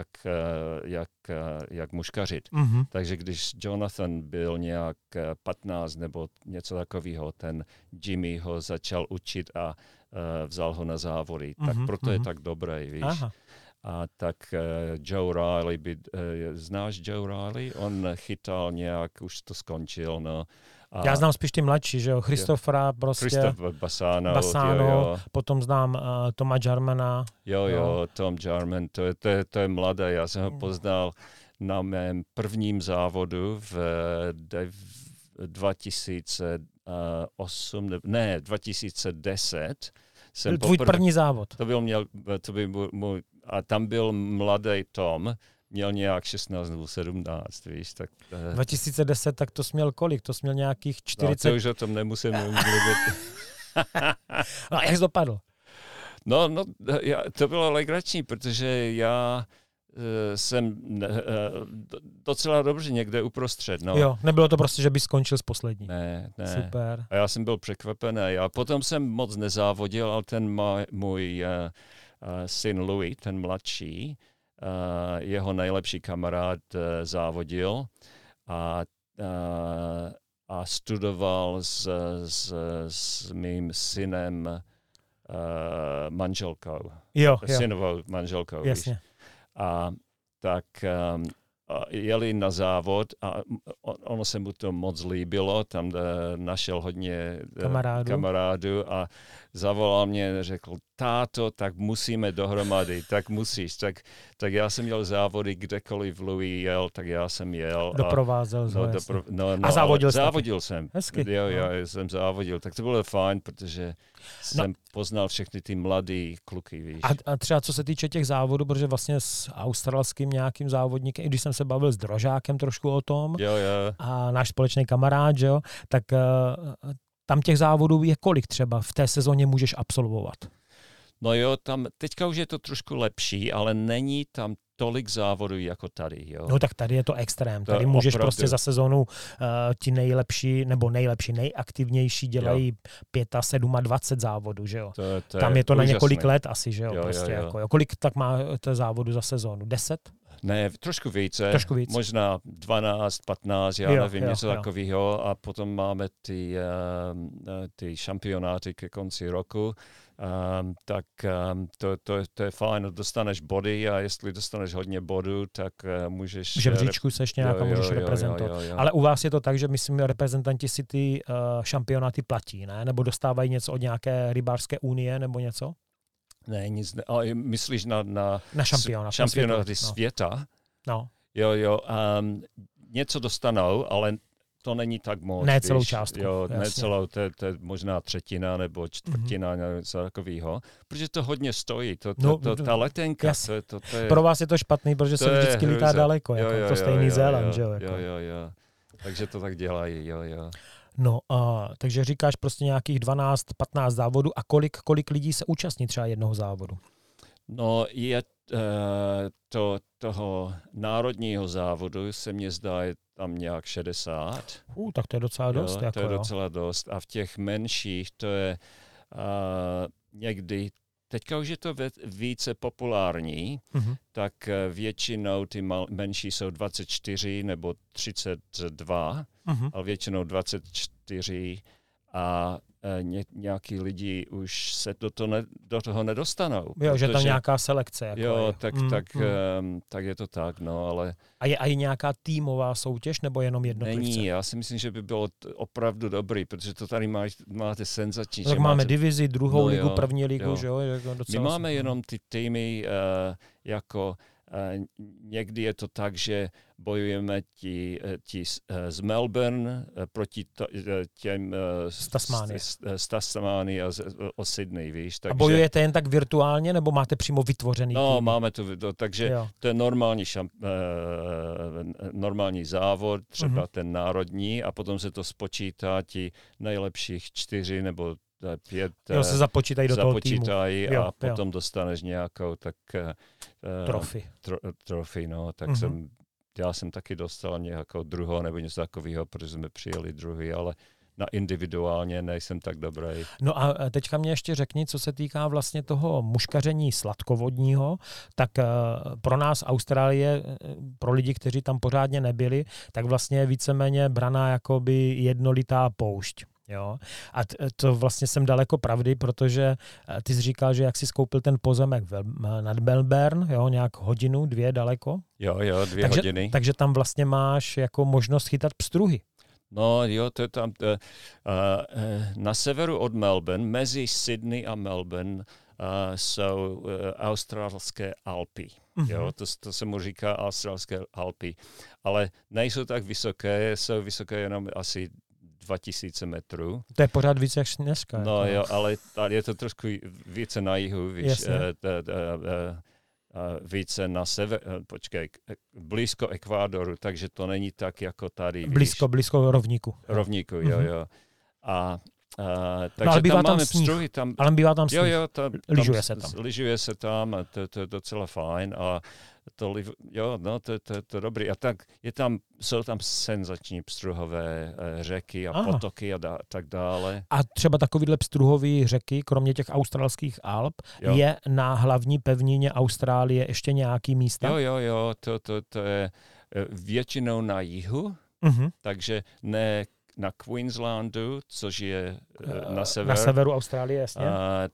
jak muškařit. Takže když Jonathan byl nějak 15 nebo něco takového, ten Jimmy ho začal učit a vzal ho na závody. Tak proto je tak dobrý, víš. Aha. A tak Joe Riley, znáš Joe Riley? On chytal nějak, už to skončil, no. Já znám spíš ty mladší, že jo, Christophera prostě. Christopher Bassano, jo. Potom znám Toma Jarmana. Jo, Tom Jarman, to je mladý, já jsem ho poznal na mém prvním závodu v 2010. Byl tvůj první závod. A tam byl mladý Tom, měl nějak 16 nebo 17, víš. Tak, 2010, tak to směl kolik? To směl nějakých 40... No, to už o tom nemusím mluvit. No, jak jsi dopadl? No, to bylo legrační, protože já jsem docela dobře někde uprostřed. No. Jo, nebylo to prostě, že by skončil z poslední. Ne. Super. A já jsem byl překvapený. A potom jsem moc nezávodil, ale ten můj syn Louis, ten mladší, jeho nejlepší kamarád závodil a studoval s mým synem manželkou. Jo. Synovou manželkou. Jasně. Víš? A tak jeli na závod a ono se mu to moc líbilo, tam našel hodně kamarádů a zavolal mě a řekl, táto, tak musíme dohromady, tak musíš. Tak já jsem jel závody, kdekoliv Louis jel, tak já jsem jel. Doprovázel ho. A závodil jsi? Závodil jsem. Hezky. Jo, jsem závodil. Tak to bylo fajn, protože jsem poznal všechny ty mladý kluky, víš. A třeba co se týče těch závodů, protože vlastně s australským nějakým závodníkem, i když jsem se bavil s Drožákem trošku o tom, jo. A náš společný kamarád, že jo, tak tam těch závodů je kolik třeba v té sezóně můžeš absolvovat? No jo, tam teďka už je to trošku lepší, ale není tam tolik závodů jako tady. Jo. No tak tady je to extrém. Tady můžeš opravdu. prostě za sezónu ti nejaktivnější dělají 25 závodů, že jo. To tam je to úžasný. na několik let asi, že jo. Jo. Jako, kolik tak má to závodu za sezónu? 10? Ne, trošku více. Možná 12, 15, já nevím, něco takového. A potom máme ty šampionáty ke konci roku. Tak to je fajn, dostaneš body a jestli dostaneš hodně bodů, tak můžeš... V žebříčku seš nějaká, můžeš reprezentovat. Jo. Ale u vás je to tak, že myslím, reprezentanti si ty šampionáty platí, ne? Nebo dostávají něco od nějaké rybářské unie nebo něco? Ne, nic ne. Ale myslíš na šampionáty světa? No. Jo. Něco dostanou, ale to není tak moc. Ne celou částku. Jo, ne celou, to je možná třetina nebo čtvrtina, něco takového. Protože to hodně stojí. Ta letenka, to je... Pro vás je to špatný, protože se vždycky lítá daleko. To stejný Zéland, že jo? Jo. Takže to tak dělají, jo. No, takže říkáš prostě nějakých 12-15 závodů a kolik lidí se účastní třeba jednoho závodu? No, je toho národního závodu se mně zdá je tam nějak 60. Tak to je docela dost. To je docela dost. A v těch menších to je někdy, teďka už je to více populární, tak většinou ty menší jsou 24 nebo 32, ale většinou 24 a nějaký lidi už se do toho nedostanou. Jo, že tam nějaká selekce. Jako jo, tak je to tak, no, ale... A je nějaká týmová soutěž, nebo jenom jednotlivce? Není, já si myslím, že by bylo opravdu dobrý, protože to tady máte senzační. Tak máme divizi, druhou ligu, první ligu, že jo? My máme jenom ty týmy jako... Někdy je to tak, že bojujeme ti z Melbourne proti těm z Tasmánie a o Sydney, víš. Takže... A bojujete jen tak virtuálně, nebo máte přímo vytvořený tým? No, máme to, takže to je normální závod, třeba ten národní, a potom se to spočítá ti nejlepších 4 nebo 5 se započítají do toho týmu. A potom dostaneš nějakou trofy, no, tak já jsem taky dostal nějakou druhou nebo něco takového, protože jsme přijeli druhý, ale na individuálně nejsem tak dobrý. No a teďka mě ještě řekni, co se týká vlastně toho muškaření sladkovodního, tak pro nás Austrálie, pro lidi, kteří tam pořádně nebyli, tak vlastně je víceméně braná jakoby jednolitá poušť. Jo. A to vlastně jsem daleko pravdy, protože ty jsi říkal, že jak jsi skoupil ten pozemek nad Melbourne, jo, nějak hodinu, 2 daleko. Jo, 2 hodiny. Takže tam vlastně máš jako možnost chytat pstruhy. No jo, to je tam na severu od Melbourne, mezi Sydney a Melbourne, jsou australské Alpy. Jo, to se mu říká australské Alpy. Ale nejsou tak vysoké, jsou vysoké jenom asi 2000 metrů. To je pořád více jak dneska. No jo, ale je to trošku více na jihu, víš, více na sever, blízko ekvádoru, takže to není tak jako tady. Blízko rovníku. Rovníku, jo. Takže ale bývá tam máme sníh. pstruhy. Ale bývá tam sníh. Jo, lyžuje se tam. Lyžuje se tam a to je docela fajn. A to je dobrý. A tak jsou tam senzační pstruhové řeky a potoky a tak dále. A třeba takovýhle pstruhové řeky, kromě těch australských Alp, je na hlavní pevnině Austrálie ještě nějaký místa? Jo, to je většinou na jihu, takže ne na Queenslandu, což je na severu. Na severu Austrálie, jasně.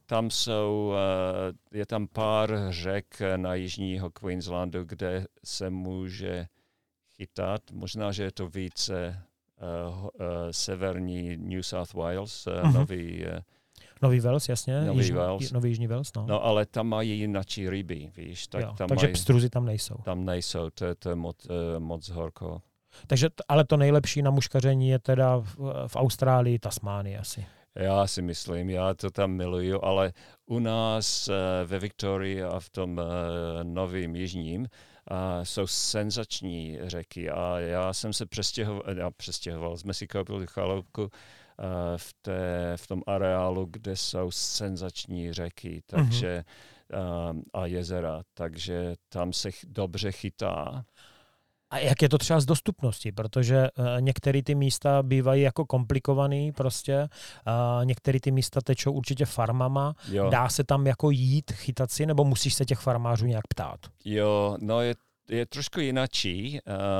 Je tam pár řek na jižního Queenslandu, kde se může chytat. Možná, že je to více severní New South Wales, Nový Wales, jasně. Nový Jižní Wales, no. No, ale tam mají jinačí ryby, víš. Takže pstruzy tam nejsou. Tam nejsou, to je moc horko. Takže, ale to nejlepší na muškaření je teda v Austrálii, Tasmánii asi. Já si myslím, já to tam miluju, ale u nás ve Victorii a v tom novým jižním jsou senzační řeky a já jsem se přestěhoval, jsme si koupili chaloupku v tom areálu, kde jsou senzační řeky, takže a jezera, takže tam se dobře chytá. A jak je to třeba s dostupností? Protože některé ty místa bývají jako komplikovaný prostě, některé ty místa tečou určitě farmama. Jo. Dá se tam jako jít, chytat si, nebo musíš se těch farmářů nějak ptát? Jo, no je trošku jinačí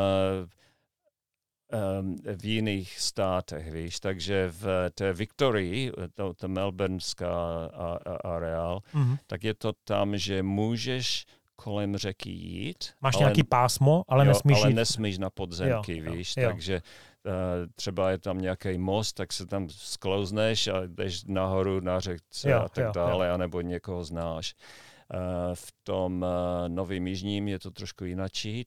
v jiných státech, víš, takže v té Victorii, to melbourneská areál, tak je to tam, že můžeš kolem řeky jít. Máš nějaký pásmo, ale nesmíš jít. Ale nesmíš na podzemky, víš, takže třeba je tam nějaký most, tak se tam sklouzneš a jdeš nahoru na řekce a tak dále, anebo někoho znáš. V tom novým jižním je to trošku jinačí,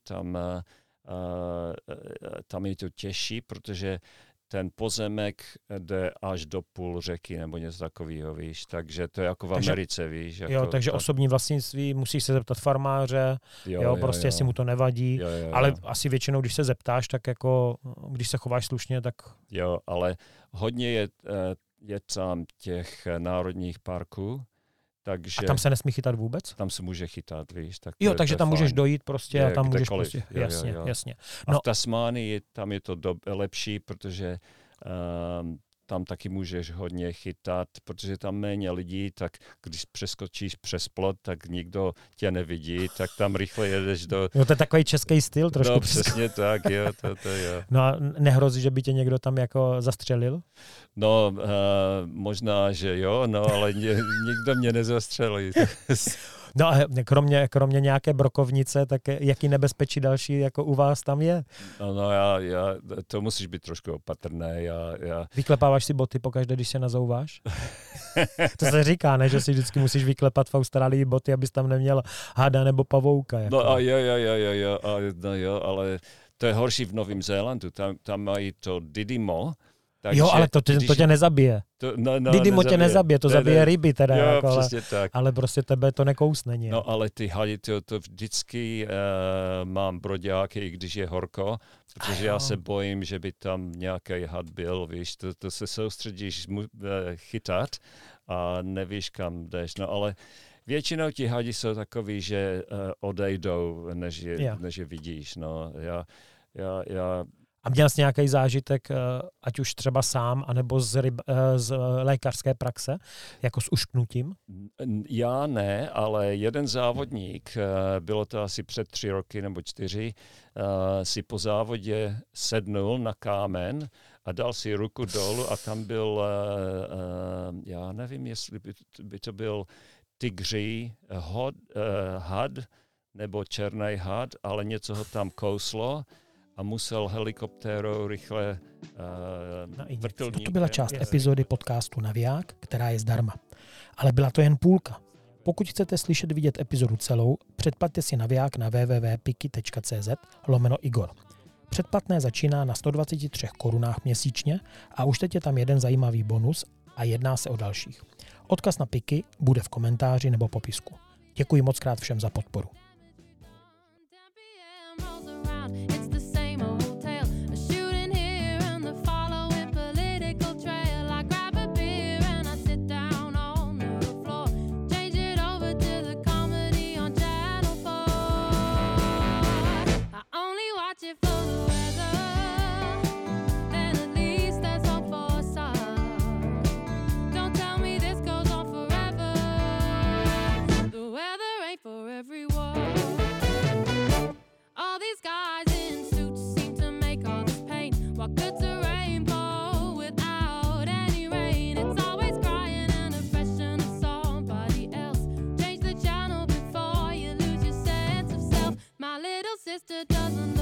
tam je to těžší, protože ten pozemek jde až do půl řeky nebo něco takového, víš, takže to je jako v Americe, víš. Jako, takže osobní vlastnictví, musíš se zeptat farmáře, jestli mu to nevadí, ale asi většinou, když se zeptáš, tak jako, když se chováš slušně, tak... Jo, ale hodně je tam těch národních parků, takže... A tam se nesmí chytat vůbec? Tam se může chytat, víš. Tak takže tam můžeš dojít prostě a tam můžeš prostě, jasně. No. A v Tasmánii tam je to lepší, protože tam taky můžeš hodně chytat, protože tam méně lidí, tak když přeskočíš přes plot, tak nikdo tě nevidí, tak tam rychle jedeš do... No to je takový český styl trošku. No přesně tak, jo, to jo. No a nehrozí, že by tě někdo tam jako zastřelil? No, možná, že jo, no, ale nikdo mě nezastřelí. No a kromě nějaké brokovnice, tak jaký nebezpečí další jako u vás tam je? No já to musíš být trošku opatrný. Vyklepáváš si boty pokaždé, když se nazouváš? To se říká, ne, že si vždycky musíš vyklepat v Austrálii boty, abys tam neměl hada nebo pavouka. Jako. No a jo, ale to je horší v Novém Zélandu, tam mají to Didimo. Takže, jo, ale to tě nezabije. Didimo tě nezabije, to zabije ryby teda. Jo, jako, tak. Ale prostě tebe to nekousne. No ale ty hadi, to vždycky mám broďáky, i když je horko, protože já se bojím, že by tam nějaký had byl, víš, to se soustředíš chytat a nevíš, kam jdeš. No ale většinou ti hadi jsou takový, že odejdou, než je vidíš. No, já A měl jsi nějaký zážitek, ať už třeba sám, anebo z lékařské praxe, jako s ušknutím? Já ne, ale jeden závodník, bylo to asi před 3 roky nebo 4, si po závodě sednul na kámen a dal si ruku dolů a tam byl, já nevím, jestli by to byl tygří had nebo černý had, ale něco ho tam kouslo a musel helikoptérou rychle vrtulník. To byla část epizody podcastu Naviják, která je zdarma. Ale byla to jen půlka. Pokud chcete slyšet vidět epizodu celou, předplaťte si Naviják na www.piki.cz/Igor. Předplatné začíná na 123 korunách měsíčně a už teď je tam jeden zajímavý bonus a jedná se o dalších. Odkaz na Piki bude v komentáři nebo popisku. Děkuji moc krát všem za podporu. sister doesn't